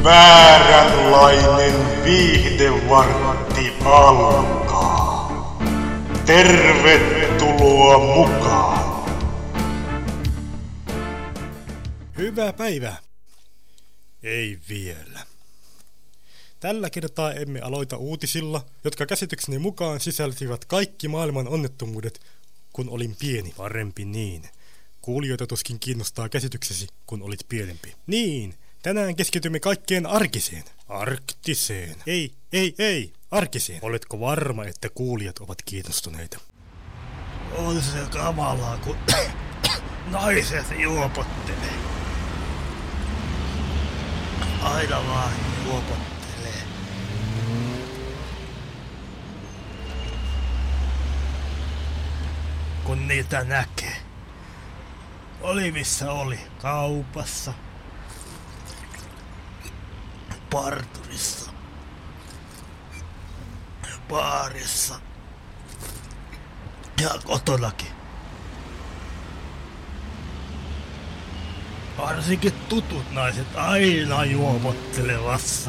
Vääränlainen viihdevartti alkaa. Tervetuloa mukaan. Hyvää päivää. Ei vielä. Tällä kertaa emme aloita uutisilla, jotka käsitykseni mukaan sisälsivät kaikki maailman onnettomuudet, kun olin pieni. Parempi niin. Kuulijoita tuskin kiinnostaa käsityksesi, kun olit pienempi. Niin, tänään keskitymme kaikkeen arkiseen. Arktiseen. Ei, arkiseen. Oletko varma, että kuulijat ovat kiinnostuneita? On se kamalaa, kun naiset juopottelee. Aina vaan juopottelee. Kun niitä näkee. Oli missä oli. Kaupassa. Parturissa. Baarissa. Ja kotonakin. Varsinkin tutut naiset aina juopottelevassa.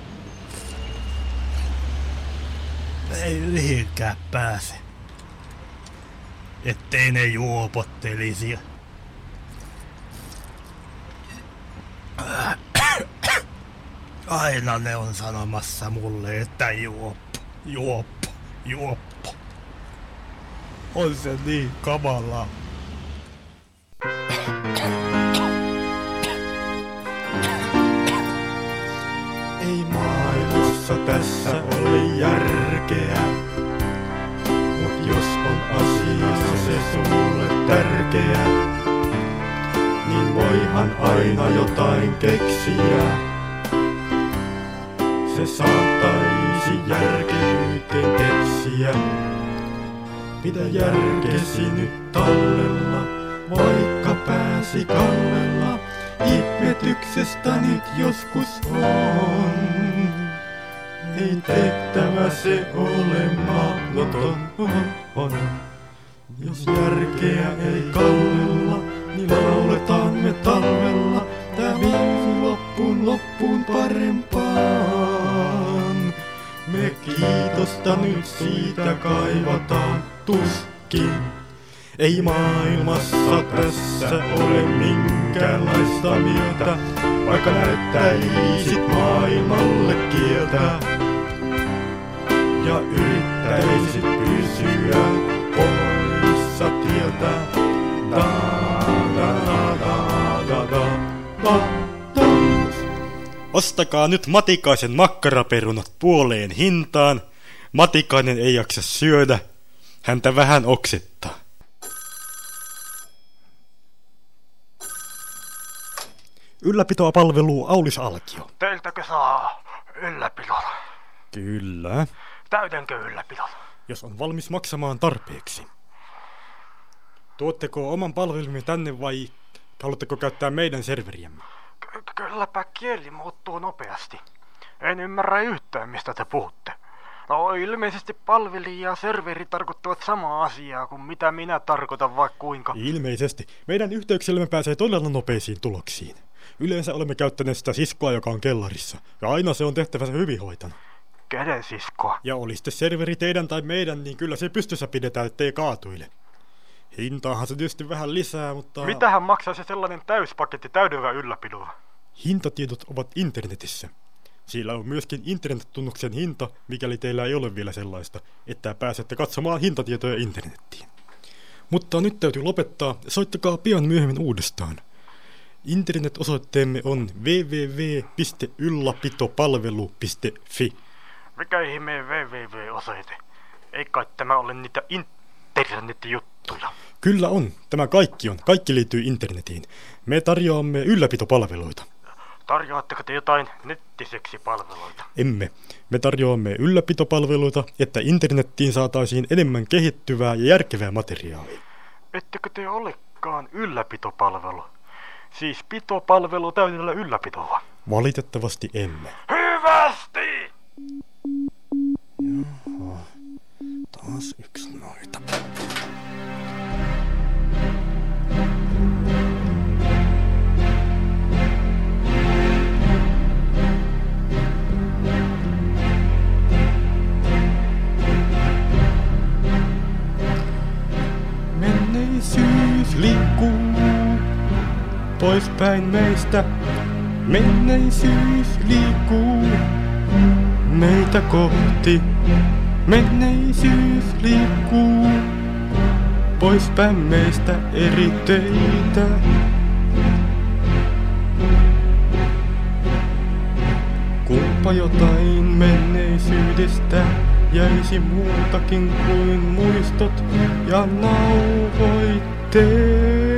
Ei mihinkään pääse. Ettei ne juopottelisi. Aina ne on sanomassa mulle, että juoppo. On se niin kamalaa. Ei maailmassa tässä ole järkeä, mut jos on asiassa se sulle tärkeä, niin voihan aina jotain keksiä. Se saattaisi järkevyyteen tepsiä. Pidä järkesi nyt tallella, vaikka pääsi kallella. Ihmetyksestä nyt joskus on. Ei tehtävä se ole mahdoton on. Jos järkeä ei kallella, niin lauletaan me talvella. Tää viisi loppuun parempaan. Me kiitosta nyt siitä kaivataan tuskin. Ei maailmassa tässä ole minkäänlaista mieltä, vaikka näyttäisit maailmalle kieltä. Ja yrittäisit pysyä poissa tieltä. Ostakaa nyt Matikaisen makkaraperunat puoleen hintaan. Matikainen ei jaksa syödä. Häntä vähän oksettaa. Ylläpitoa palveluu Aulis Alkio. Teiltäkö saa ylläpidon? Kyllä. Täydenkö ylläpidon? Jos on valmis maksamaan tarpeeksi. Tuotteko oman palvelumme tänne vai haluatteko käyttää meidän serveriämme? Kylläpä kieli muuttuu nopeasti. En ymmärrä yhtään, mistä te puhutte. No, ilmeisesti palvelija ja serveri tarkoittavat samaa asiaa kuin mitä minä tarkoitan, vaikka kuinka. Ilmeisesti. Meidän yhteyksillämme pääsee todella nopeisiin tuloksiin. Yleensä olemme käyttäneet sitä siskoa, joka on kellarissa. Ja aina se on tehtävänsä hyvin hoitanut. Kenen siskoa? Ja oli sitten serveri teidän tai meidän, niin kyllä se pystyssä pidetään, ettei kaatuile. Hintaahan se tietysti vähän lisää, mutta... Mitähän maksaa se sellainen täyspaketti täydellä ylläpidolla? Hintatiedot ovat internetissä. Siellä on myöskin internet-tunnuksen hinta, mikäli teillä ei ole vielä sellaista, että pääsette katsomaan hintatietoja internettiin. Mutta nyt täytyy lopettaa, soittakaa pian myöhemmin uudestaan. Internet-osoitteemme on www.yllapitopalvelu.fi. Mikä ihmeen www-osoite? Ei kai tämä ole niitä internetjuttuja. Kyllä on, tämä kaikki on. Kaikki liittyy internetiin. Me tarjoamme ylläpitopalveluita. Tarjoatteko te jotain nettiseksipalveluita? Emme. Me tarjoamme ylläpitopalveluita, että internettiin saataisiin enemmän kehittyvää ja järkevää materiaalia. Ettekö te olekaan ylläpitopalvelu? Siis pitopalvelu täydellä ylläpitoa? Valitettavasti emme. Hyvästi! Jaha, taas yksi noita. Poispäin meistä menneisyys liikkuu. Meitä kohti menneisyys liikkuu. Poispäin meistä eri teitä. Kumpa jotain menneisyydestä jäisi muutakin kuin muistot ja nauhoitteet.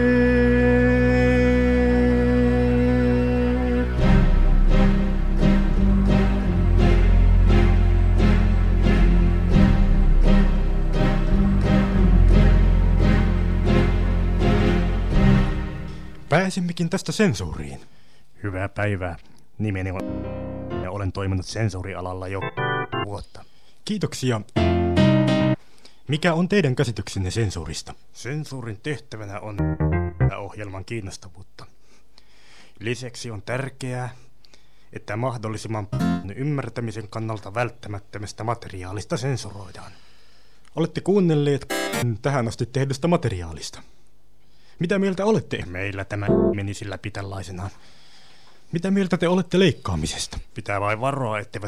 Pääsimmekin tästä sensuuriin. Hyvää päivää. Nimeni on ja olen toiminut sensuurialalla jo vuotta. Kiitoksia. Mikä on teidän käsityksenne sensuurista? Sensuurin tehtävänä on ohjelman kiinnostavuutta. Lisäksi on tärkeää, että mahdollisimman ymmärtämisen kannalta välttämättömästä materiaalista sensuroidaan. Olette kuunnelleet tähän asti tehdystä materiaalista. Mitä mieltä olette? Meillä tämä meni sillä pitänlaisenaan. Mitä mieltä te olette leikkaamisesta? Pitää vain varoa, etteivät...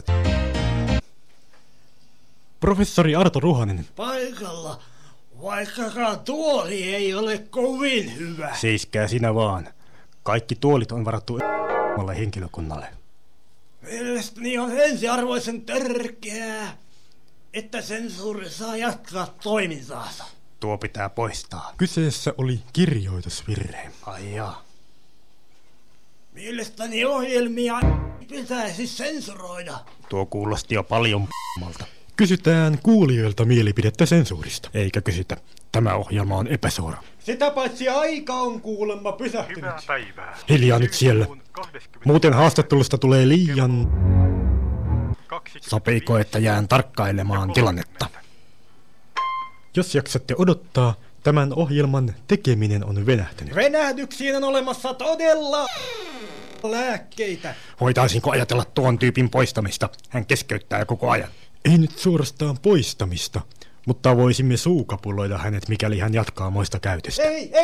Professori Arto Ruhanen. Paikalla, vaikkakaan tuoli ei ole kovin hyvä. Seiskää sinä vaan. Kaikki tuolit on varattu henkilökunnalle. Mielestäni on ensiarvoisen tärkeää, että sensuuri saa jatkaa toimintaansa. Tuo pitää poistaa. Kyseessä oli kirjoitusvirhe. Ai jaa. Mielestäni ohjelmia pitäisi sensuroida. Tuo kuulosti jo paljon malta. Kysytään kuulijoilta mielipidettä sensuurista. Eikä kysytä. Tämä ohjelma on epäsuora. Sitä paitsi aika on kuulemma pysähtynyt. Hyvää päivää. Hiljaa nyt siellä. Muuten haastattelusta tulee liian... Sopiiko, että jään tarkkailemaan tilannetta? Jos jaksatte odottaa, tämän ohjelman tekeminen on venähtänyt. Venähdyksiin on olemassa todella lääkkeitä. Voitaisinko ajatella tuon tyypin poistamista? Hän keskeyttää koko ajan. Ei nyt suorastaan poistamista, mutta voisimme suukapuloida hänet, mikäli hän jatkaa moista käytöstä.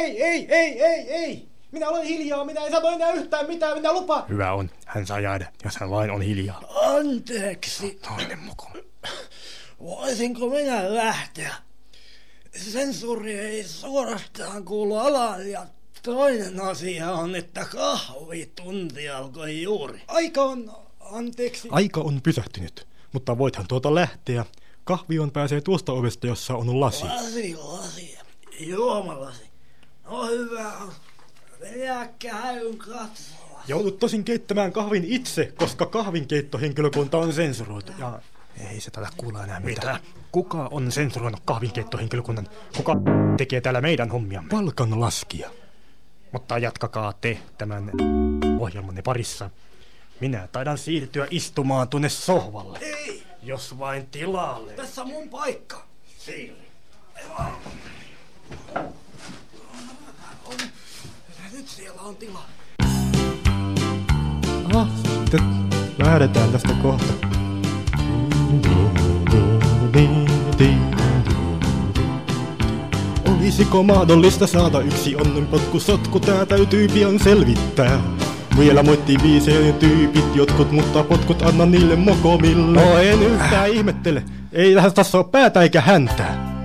Ei. Minä olen hiljaa, minä en sano enää yhtään mitään, minä lupaan. Hyvä on, hän saa jäädä, jos hän vain on hiljaa. Anteeksi. Toinen muku. Voisinko minä lähteä? Sensuuri ei suorastaan kuulu alaan ja toinen asia on, että kahvitunti alkoi juuri. Aika on pysähtynyt, mutta voithan tuota lähteä. Kahvioon pääsee tuosta ovesta, jossa on lasi. Lasi. Juomalasi. No hyvä on. Minä käyn katsoa. Joudut tosin keittämään kahvin itse, koska kahvinkeittohenkilökunta on sensuroitu. Ja ei se tätä kuulla enää mitään. Kuka on sensuroinut kahvinkeittohenkilökunnan? Kuka tekee täällä meidän hommiamme? Palkanlaskija. Mutta jatkakaa te tämän ohjelmanne parissa. Minä taidan siirtyä istumaan tuonne sohvalle. Ei, Jos vain tilalle. tässä on mun paikka. Siirry. Nyt siellä on tila. Sitten lähdetään tästä kohta. Olisiko mahdollista saada yksi onnenpotkusotku? Tää täytyy pian selvittää. Vielä moittii biiseen tyypit jotkut, mutta potkut anna niille mokomille. No en yhtään ihmettele. Ei tässä ole päätä eikä häntää.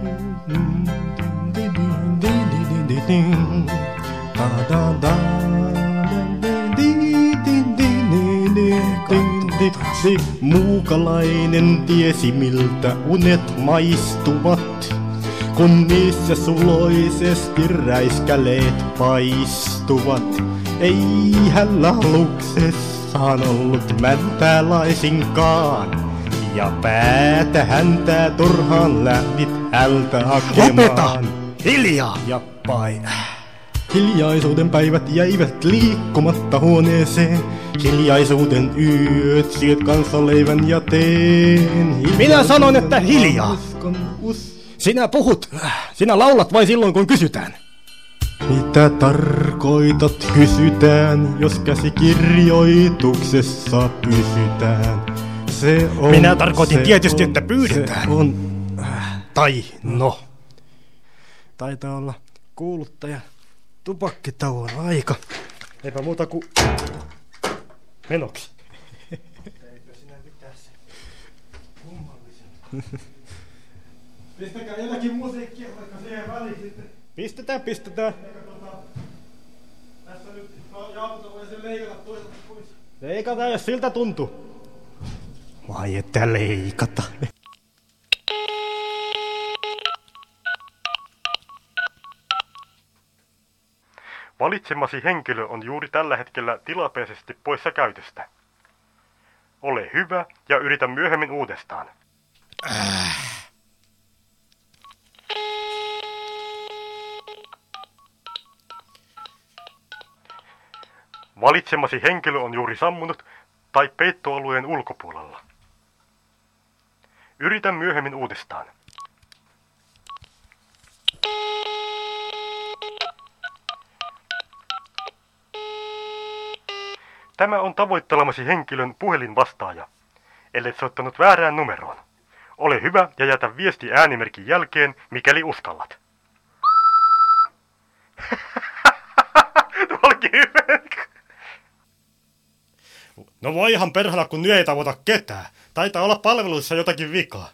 Muukalainen tiesi miltä unet maistuvat, kun niissä suloisesti räiskäleet paistuvat. Ei hänellä aluksessaan ollut mäntää laisinkaan, ja päätä häntää turhaan lähdit hältä hakemaan. Lopeta! Hiljaa! Ja pai. Hiljaisuuden päivät jäivät liikkumatta huoneeseen. Hiljaisuuden yöt syöt kanssa leivän ja teen. Minä sanon, että hiljaa! Sinä puhut. Sinä laulat vain silloin, kun kysytään. Mitä tarkoitat, kysytään, jos käsikirjoituksessa pysytään. Se on, Minä tarkoitin se tietysti, on, että pyydetään. Se on. Tai no. Taitaa olla kuuluttaja tupakkitauon aika. Eipä muuta kuin menoksi. Eipä sinä mitään se kummallisen. Pistäkää jotakin musiikkia vaikka siihen väliin sitten. Pistetään. Tässä nyt Jaakosta voi sen leikata toiselta pois. Leikataan, jos siltä tuntuu. Vai että leikata. Valitsemasi henkilö on juuri tällä hetkellä tilapäisesti poissa käytöstä. Ole hyvä ja yritä myöhemmin uudestaan. Valitsemasi henkilö on juuri sammunut tai peittoalueen ulkopuolella. Yritä myöhemmin uudestaan. Tämä on tavoittelemasi henkilön puhelinvastaaja, ellet soittanut väärään numeroon. Ole hyvä ja jätä viesti äänimerkin jälkeen, mikäli uskallat. Tuo olikin hyvä. No voihan perhana, kun nyt ei tavoita ketään. Taitaa olla palveluissa jotakin vikaa.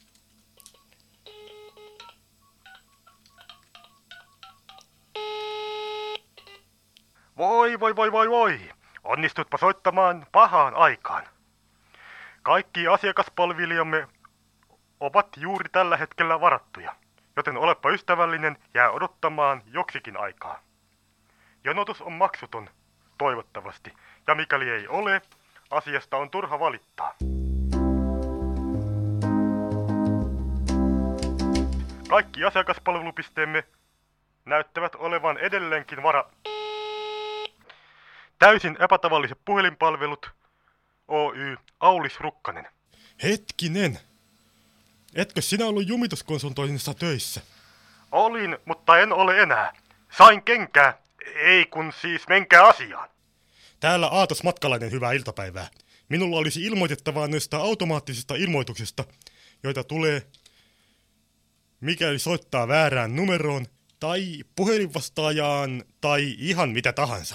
Voi. Onnistutpa soittamaan pahaan aikaan. Kaikki asiakaspalvelijamme ovat juuri tällä hetkellä varattuja, joten olepa ystävällinen, jää odottamaan joksikin aikaa. Jonotus on maksuton, toivottavasti, ja mikäli ei ole, asiasta on turha valittaa. Kaikki asiakaspalvelupisteemme näyttävät olevan edelleenkin Täysin epätavalliset puhelinpalvelut, Oy Aulis Rukkanen. Hetkinen. Etkö sinä ollut jumituskonsultoinnissa töissä? Olin, mutta en ole enää. Sain kenkää. Ei kun siis menkää asiaan. Täällä Aatos Matkalainen, hyvää iltapäivää. Minulla olisi ilmoitettavaa noista automaattisista ilmoituksista, joita tulee, mikäli soittaa väärään numeroon, tai puhelinvastaajaan, tai ihan mitä tahansa.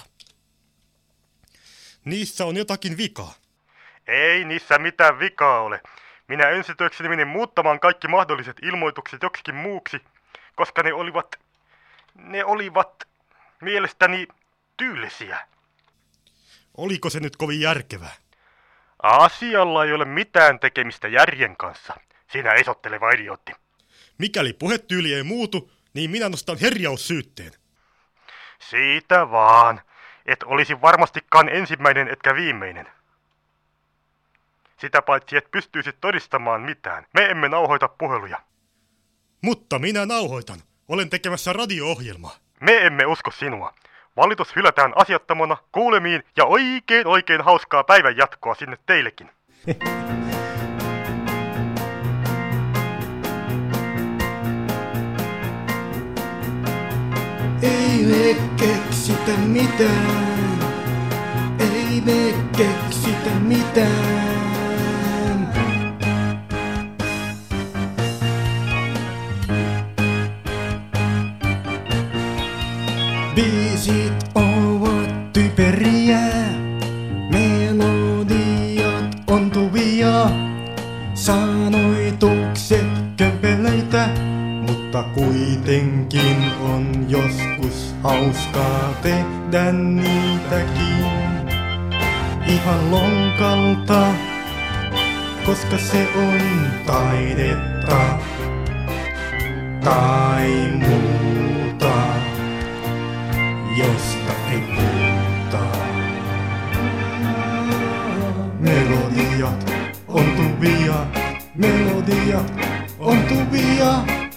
Niissä on jotakin vikaa. Ei niissä mitään vikaa ole. Minä ensityökseni menin muuttamaan kaikki mahdolliset ilmoitukset joksikin muuksi, koska ne olivat mielestäni tyylisiä. Oliko se nyt kovin järkevää? Asialla ei ole mitään tekemistä järjen kanssa. Sinä esotteleva idiootti. Mikäli puhetyyli ei muutu, niin minä nostan herjaussyytteen. Siitä vaan. Et olisi varmastikaan ensimmäinen etkä viimeinen. Sitä paitsi et pystyisi todistamaan mitään. Me emme nauhoita puheluja. Mutta minä nauhoitan. Olen tekemässä radio-ohjelmaa. Me emme usko sinua. Valitus hylätään asiattomana, kuulemiin ja oikein hauskaa päivän jatkoa sinne teillekin. Ei me keksitä mitään. Ei me keksitä mitään. Biisit ovat typeriä. Melodiat ontuvia. Sanoitukset kömpelöitä. Mutta kuitenkin on joskus hauskaa tehdä niitäkin ihan lonkalta, koska se on taidetta tai muuta, josta ei puhuta. Melodiat ontuvia, melodiat ontuvia.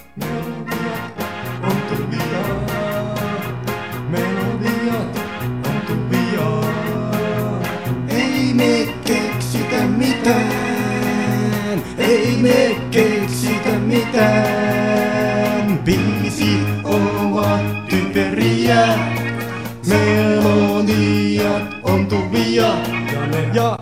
Melodiat ontuvia. Ei me keksitä mitään. Ei me keksitä mitään. Biisit ovat typeriä. Melodiat ontuvia. Ja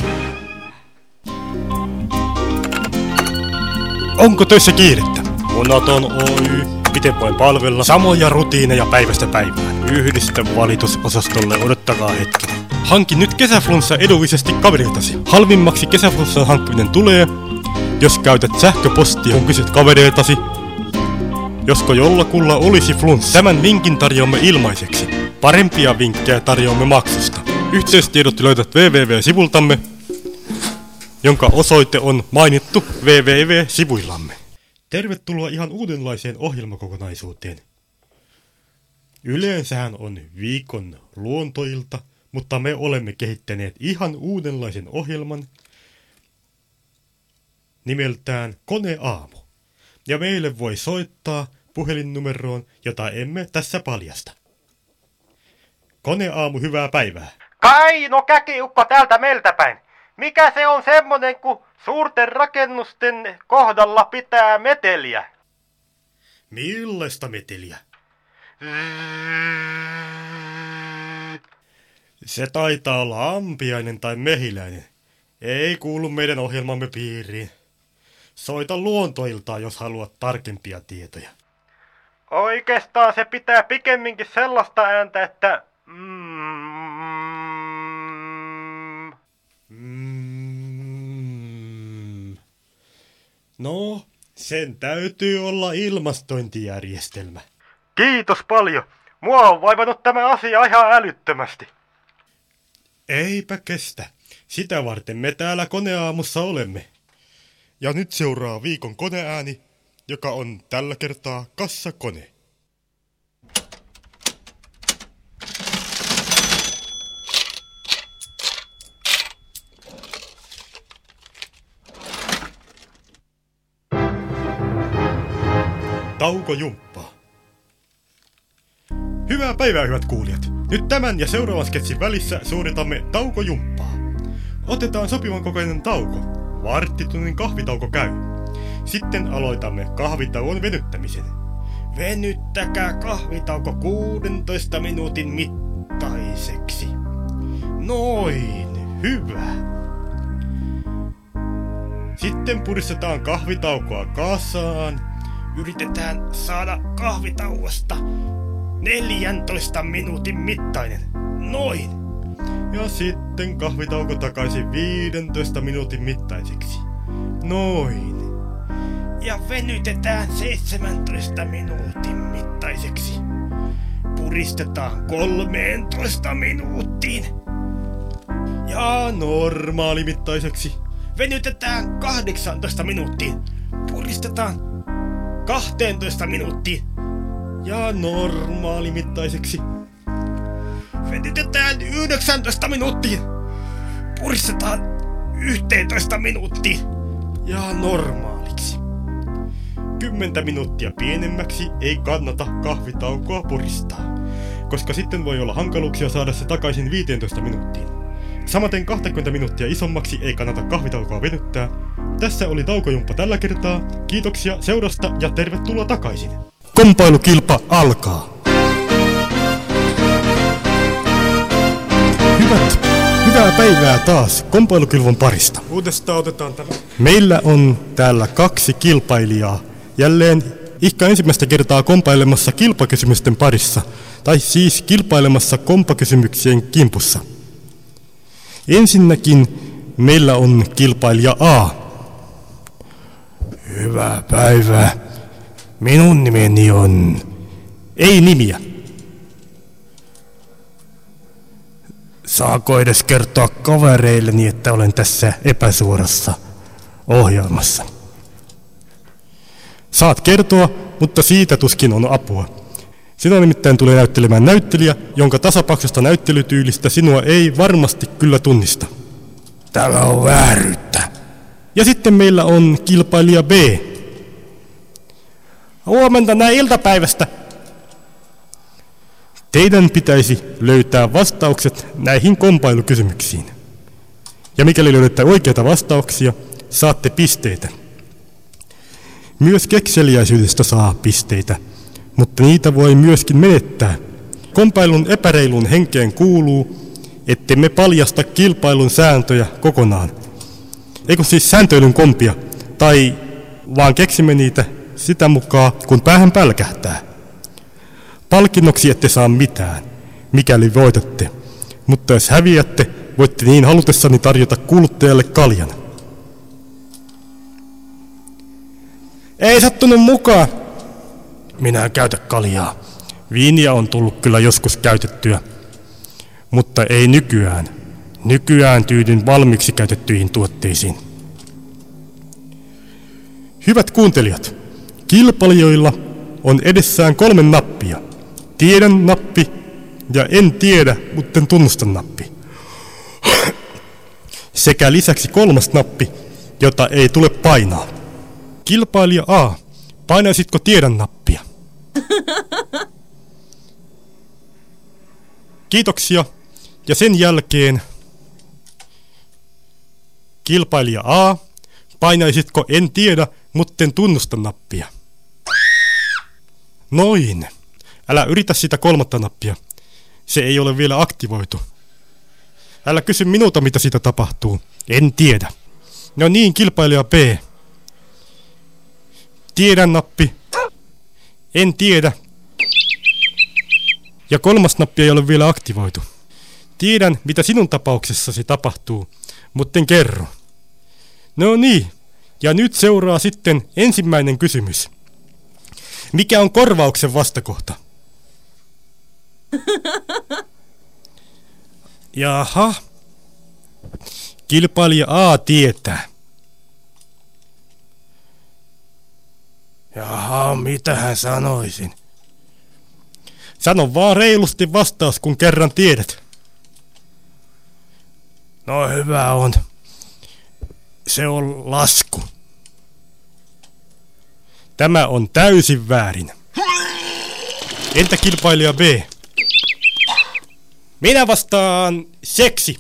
Onko töissä kiirettä? Monoton Oy. miten voin palvella. Samoja rutiineja päivästä päivään. Yhdistä valitusosastolle, odottakaa hetkinen. Hanki nyt kesäflunssa edullisesti kaveriltasi. Halvimmaksi kesäflunssan hankkiminen tulee, jos käytät sähköpostia, kun kysyt kavereiltasi, josko jollakulla olisi flunssa. Tämän vinkin tarjoamme ilmaiseksi. Parempia vinkkejä tarjoamme maksusta. Yhteystiedot löydät www.sivultamme, jonka osoite on mainittu www.sivuillamme. Tervetuloa ihan uudenlaiseen ohjelmakokonaisuuteen. Yleensähän on viikon luontoilta, mutta me olemme kehittäneet ihan uudenlaisen ohjelman nimeltään Koneaamu. Ja meille voi soittaa puhelinnumeroon, jota emme tässä paljasta. Koneaamu, hyvää päivää. Kaino Käkiukko täältä meiltä päin. Mikä se on semmonen, kun suurten rakennusten kohdalla pitää meteliä? Millaista meteliä? Se taitaa olla ampiainen tai mehiläinen. Ei kuulu meidän ohjelmamme piiriin. Soita luontoiltaan, jos haluat tarkempia tietoja. Oikeastaan se pitää pikemminkin sellaista ääntä, että... No, sen täytyy olla ilmastointijärjestelmä. Kiitos paljon. Mua on vaivannut tämä asia ihan älyttömästi. Eipä kestä. Sitä varten me täällä Koneaamussa olemme. Ja nyt seuraa viikon koneääni, joka on tällä kertaa kassakone. Taukojumppaa. Hyvää päivää, hyvät kuulijat. Nyt tämän ja seuraavan sketsin välissä suoritamme taukojumppaa. Otetaan sopivan kokoinen tauko. Varttitunnin kahvitauko käy. Sitten aloitamme kahvitauon venyttämisen. Venyttäkää kahvitauko 16 minuutin mittaiseksi. Noin, hyvä. Sitten puristetaan kahvitaukoa kasaan. Yritetään saada kahvitauosta 14 minuutin mittainen. Noin. Ja sitten kahvitauko takaisin 15 minuutin mittaiseksi. Noin. Ja venytetään 17 minuutin mittaiseksi. Puristetaan 13 minuuttiin. Ja normaalimittaiseksi. Venytetään 18 minuuttiin. Puristetaan 12 minuuttiin. Ja normaalimittaiseksi. Venytetään 19 minuuttiin. Puristetaan 11 minuuttiin. Ja normaaliksi. 10 minuuttia pienemmäksi ei kannata kahvitaukoa puristaa, koska sitten voi olla hankaluuksia saada se takaisin 15 minuuttiin. Samaten 20 minuuttia isommaksi ei kannata kahvitaukoa venyttää. Tässä oli taukojumppa tällä kertaa. Kiitoksia seurasta ja tervetuloa takaisin. Kompailukilpa alkaa. Hyvää päivää taas kompailukilvon parista. Uudestaan otetaan tämä. Meillä on täällä 2 kilpailijaa. Jälleen ihka ensimmäistä kertaa kompailemassa kilpakysymysten parissa. Tai siis kilpailemassa kompakysymyksien kimpussa. Ensinnäkin meillä on kilpailija A. Hyvää päivää. Minun nimeni on... Ei nimiä. Saako edes kertoa kavereilleni, että olen tässä epäsuorassa ohjelmassa? Saat kertoa, mutta siitä tuskin on apua. Sinua nimittäin tulee näyttelemään näyttelijä, jonka tasapaksusta näyttelytyylistä sinua ei varmasti kyllä tunnista. Tämä on vääryyttä. Ja sitten meillä on kilpailija B. Huomenta näin iltapäivästä. Teidän pitäisi löytää vastaukset näihin kompailukysymyksiin. Ja mikäli löydätte oikeita vastauksia, saatte pisteitä. Myös kekseliäisyydestä saa pisteitä, mutta niitä voi myöskin menettää. Kompailun epäreilun henkeen kuuluu, ettemme paljasta kilpailun sääntöjä kokonaan. Eikö siis sääntöilyn kompia, tai vaan keksimme niitä sitä mukaan, kun päähän pälkähtää. Palkinnoksi ette saa mitään, mikäli voitatte, mutta jos häviätte, voitte niin halutessani tarjota kuluttajalle kaljan. Ei sattunut mukaan. Minä en käytä kaljaa. Viiniä on tullut kyllä joskus käytettyä, mutta ei nykyään. Nykyään tyydyn valmiiksi käytettyihin tuotteisiin. Hyvät kuuntelijat, kilpailijoilla on edessään 3 nappia. Tiedän nappi ja en tiedä, mutta en tunnusta nappi. Sekä lisäksi 3. nappi, jota ei tule painaa. Kilpailija A, painaisitko tiedän nappia? Kiitoksia. Ja sen jälkeen kilpailija A, painaisitko en tiedä, mutten tunnusta nappia? Noin. Älä yritä sitä 3. nappia. Se ei ole vielä aktivoitu. Älä kysy minulta, mitä siitä tapahtuu. En tiedä. No niin, kilpailija B. Tiedän nappi. En tiedä. Ja 3. nappi ei ole vielä aktivoitu. Tiedän, mitä sinun tapauksessasi tapahtuu, mutta en kerro. No niin, ja nyt seuraa sitten ensimmäinen kysymys. Mikä on korvauksen vastakohta? Jaha. Kilpailija A tietää. Jaha, mitähän sanoisin? Sano vaan reilusti vastaus, kun kerran tiedät. No hyvä on. Se on lasku. Tämä on täysin väärin. Entä kilpailija B? Minä vastaan seksi.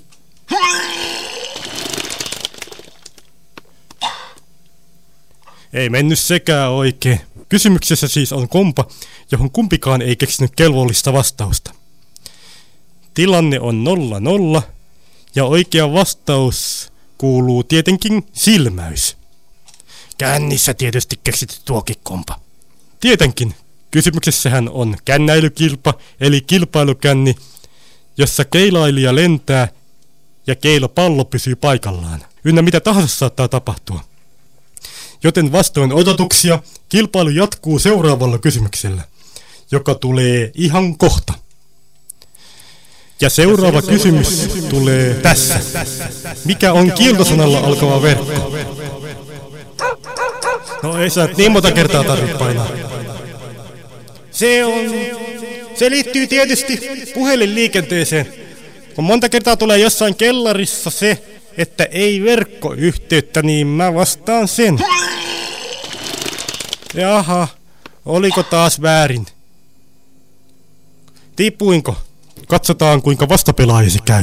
Ei mennyt sekään oikein. Kysymyksessä siis on kompa, johon kumpikaan ei keksinyt kelvollista vastausta. Tilanne on 0-0 ja oikea vastaus kuuluu tietenkin silmäys. Kännissä tietysti keksitty tuokin kompa. Tietenkin. Kysymyksessähän on kännäilykilpa eli kilpailukänni, jossa keilailija lentää ja keilapallo pysyy paikallaan. Ynnä mitä tahansa saattaa tapahtua. Joten vastoin odotuksia kilpailu jatkuu seuraavalla kysymyksellä, joka tulee ihan kohta. Ja seuraava kysymys tulee tässä. Mikä on kieltosanalla alkava verkko? No ei sä niin monta kertaa tarvitse painaa. Se liittyy tietysti puhelinliikenteeseen. Kun monta kertaa tulee jossain kellarissa se, että ei verkkoyhteyttä, niin mä vastaan sen. Jaha, oliko taas väärin? Tipuinko? Katsotaan kuinka vastapelaajasi käy.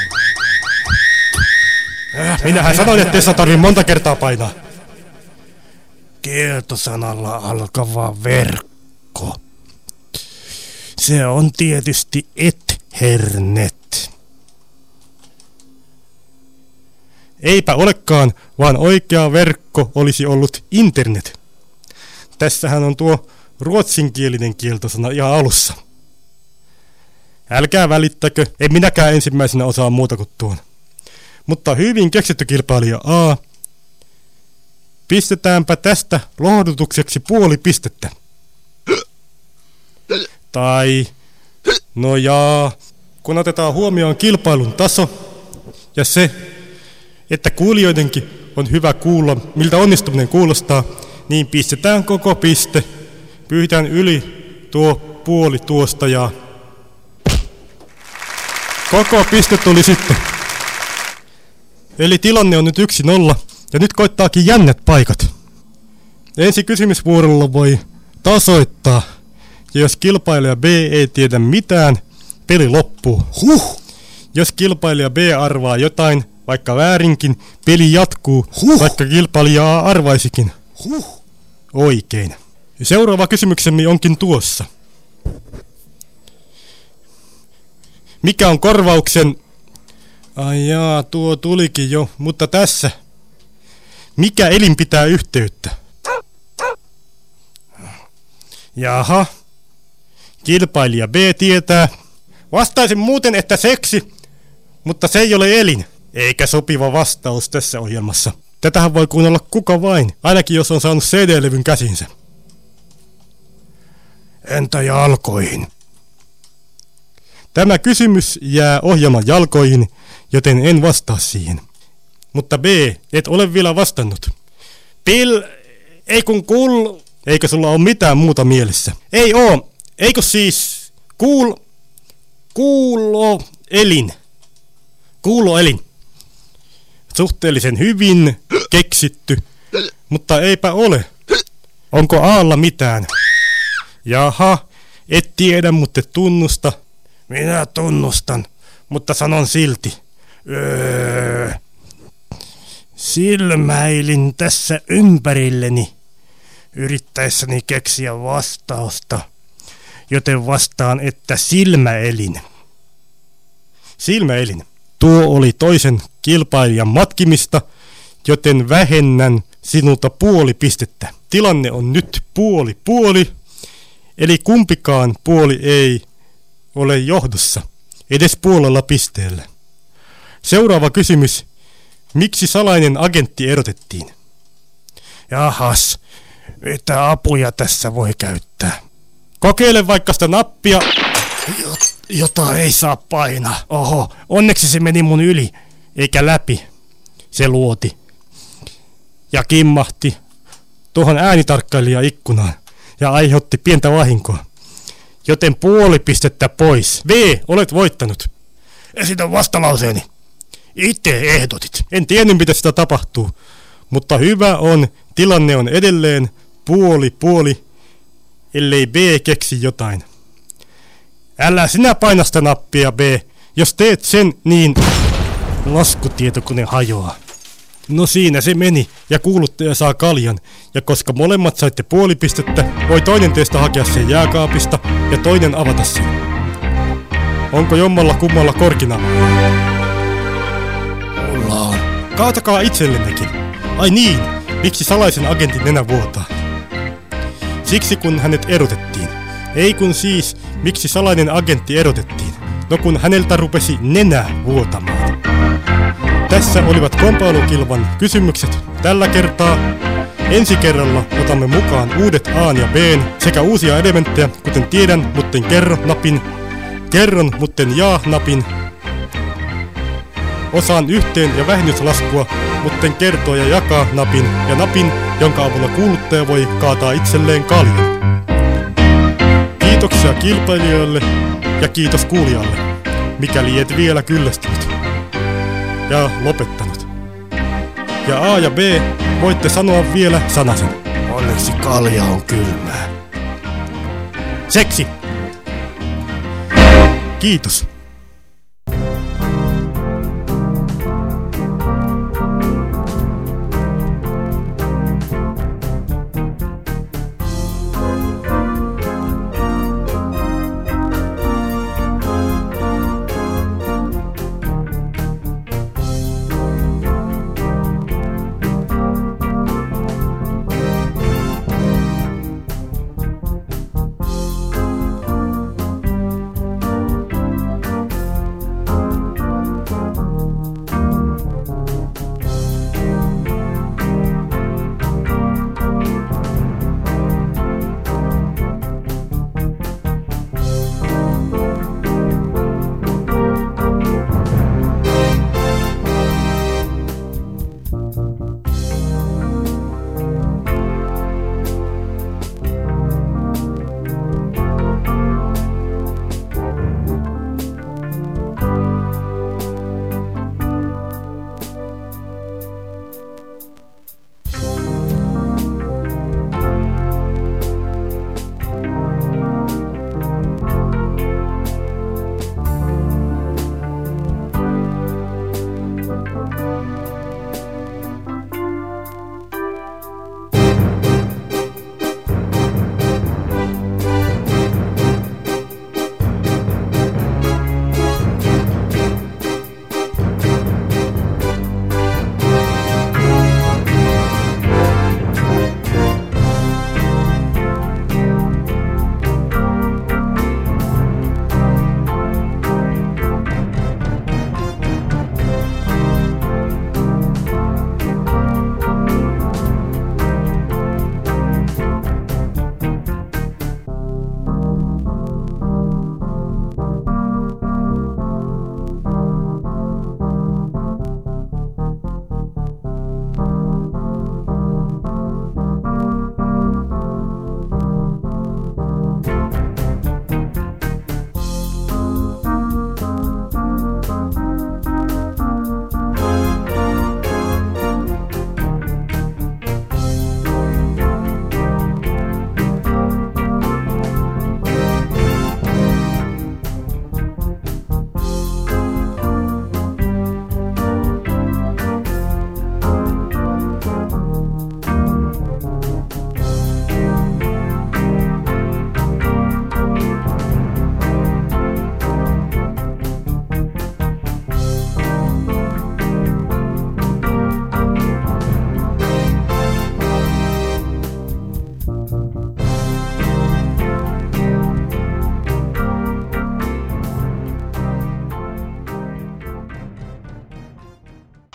Minähän sanoin, ettei sä tarvitse monta kertaa painaa. Kieltosanalla alkava verkko. Se on tietysti Ethernet. Eipä olekaan, vaan oikea verkko olisi ollut internet. Tässähän on tuo ruotsinkielinen kieltosana ihan alussa. Älkää välittäkö, en minäkään ensimmäisenä osaa muuta kuin tuon. Mutta hyvin keksitty kilpailija A. Pistetäänpä tästä lohdutukseksi puoli pistettä. Tai, no jaa, kun otetaan huomioon kilpailun taso ja se, että kuulijoidenkin on hyvä kuulla, miltä onnistuminen kuulostaa, niin pistetään koko piste. Pyyhitään yli tuo puoli tuosta ja koko piste tuli sitten. Eli tilanne on nyt 1-0 ja nyt koittaakin jännät paikat. Ensi kysymysvuorolla voi tasoittaa ja jos kilpailija B ei tiedä mitään, peli loppuu. Jos kilpailija B arvaa jotain, vaikka väärinkin, peli jatkuu, vaikka kilpailija A arvaisikin. Oikein. Seuraava kysymyksemme onkin tuossa. Mikä on korvauksen... Ai jaa, tuo tulikin jo, mutta tässä. Mikä elin pitää yhteyttä? Jaha. Kilpailija B tietää. Vastaisin muuten, että seksi, mutta se ei ole elin. Eikä sopiva vastaus tässä ohjelmassa. Tätähän voi kuunnella kuka vain, ainakin jos on saanut CD-levyn käsinsä. Entä jalkoihin? Tämä kysymys jää ohjelman jalkoihin, joten en vastaa siihen. Mutta B, et ole vielä vastannut. Ei kun eikö sulla ole mitään muuta mielessä? Ei oo. Eikö siis kuuloelin? Kuuloelin. Suhteellisen hyvin keksitty, mutta eipä ole. Onko Aalla mitään? Jaha, et tiedä, mutta et tunnusta. Minä tunnustan, mutta sanon silti. Silmäilin tässä ympärilleni, yrittäessäni keksiä vastausta, joten vastaan, että silmäelin. Silmäelin. Tuo oli toisen kilpailijan matkimista, joten vähennän sinulta puoli pistettä. Tilanne on nyt puoli, eli kumpikaan puoli ei ole johdossa, edes puolella pisteellä. Seuraava kysymys. Miksi salainen agentti erotettiin? Jahas, mitä apuja tässä voi käyttää? Kokeile vaikka sitä nappia, jota ei saa painaa. Oho, onneksi se meni mun yli, eikä läpi. Se luoti. Ja kimmahti tuohon äänitarkkailija ikkunaan ja aiheutti pientä vahinkoa. Joten puoli pistettä pois. V, olet voittanut. Esitän vastalauseeni. Itse ehdotit. En tiennyt, mitä sitä tapahtuu. Mutta hyvä on, tilanne on edelleen puoli, ellei B keksi jotain. Älä sinä paina sitä nappia, B. Jos teet sen, niin laskutietokone hajoaa. No siinä se meni, ja kuuluttaja saa kaljan. Ja koska molemmat saitte puoli pistettä, voi toinen teistä hakea sen jääkaapista ja toinen avata sen. Onko jommalla kummalla korkina? Mulla on. Kaatakaa itsellennekin. Ai niin, miksi salaisen agentin nenä vuotaa? Siksi kun hänet erotettiin. Ei kun siis, miksi salainen agentti erotettiin. No kun häneltä rupesi nenä vuotamaan. Tässä olivat Kompailukilvan kysymykset tällä kertaa. Ensi kerralla otamme mukaan uudet A ja B sekä uusia elementtejä, kuten tiedän, mutten kerro napin, kerron, mutten jaa napin, osaan yhteen- ja vähennyslaskua, mutten kertoa ja jakaa napin, ja napin, jonka avulla kuuluttaja voi kaataa itselleen kaljan. Kiitoksia kilpailijoille ja kiitos kuulijalle, mikäli et vielä kyllästynyt ja lopettanut. Ja A ja B voitte sanoa vielä sanasen. Onneksi kalja on kylmää. Seksi! Kiitos.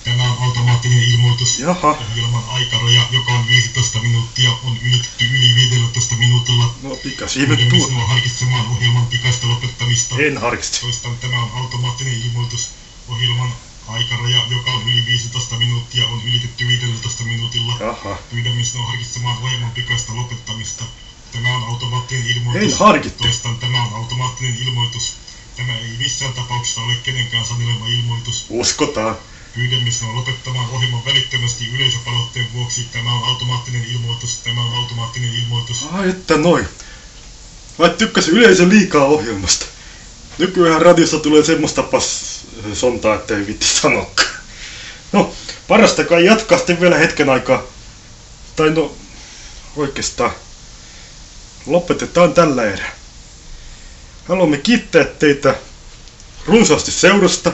Tämä on automaattinen ilmoitus. Jaha. Ohjelman aikaraja, joka on 15 minuuttia, on ylitetty yli 15 minuutilla. No pikas ihme Pyydämme tuo. sinua harkitsemaan ohjelman pikaista lopettamista. En harkitse. Toistan, tämä on automaattinen ilmoitus. Ohjelman aikaraja, joka on yli 15 minuuttia, on ylitetty 15 minuutilla. Jaha. Pyydämme sinua harkitsemaan ohjelman pikaista lopettamista. Tämä on automaattinen ilmoitus. En harkitse. Toistan, tämä on automaattinen ilmoitus. Tämä ei missään tapauksessa ole kenenkään sanelema ilmoitus. Uskotaan. Pyydämme sinua lopettamaan ohjelman välittömästi yleisöpalautteen vuoksi. Tämä on automaattinen ilmoitus. Tämä on automaattinen ilmoitus. Ai että noin. Vai tykkäs yleisö liikaa ohjelmasta? Nykyään radiossa tulee semmoista sontaa, että ei vitti sanoakaan. No, parasta kai jatkaa sitten vielä hetken aikaa. Tai no, oikeastaan. Lopetetaan tällä erää. Haluamme kiittää teitä runsaasti seurasta.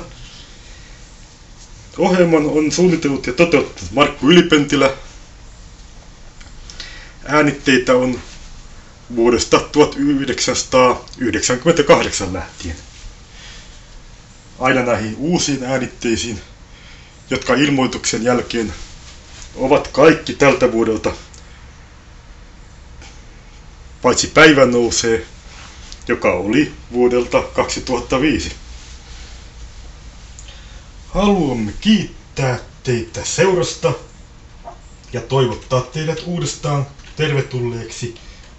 Ohjelman on suunnitellut ja toteuttanut Markku Ylipentilä. Äänitteitä on vuodesta 1998 lähtien. Aina näihin uusiin äänitteisiin, jotka ilmoituksen jälkeen ovat kaikki tältä vuodelta. Paitsi Päivä nousee, joka oli vuodelta 2005. Haluamme kiittää teitä seurasta ja toivottaa teidät uudestaan tervetulleeksi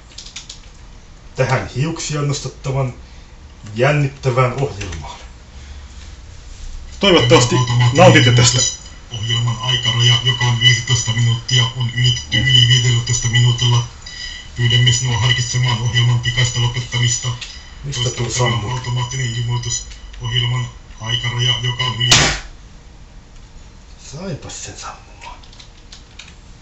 tähän hiuksia nostattavan jännittävään ohjelmaan. Toivottavasti nautitte tästä. Ohjelman aikaraja, joka on 15 minuuttia, on ylitetty yli 15 minuutilla. Pyydämme sinua harkitsemaan ohjelman pikaista lopettamista. Mistä Toistan, tuo tämä on sammuu? automaattinen ilmoitus. Ohjelman aikaraja, joka on yli... Saipas sen sammu.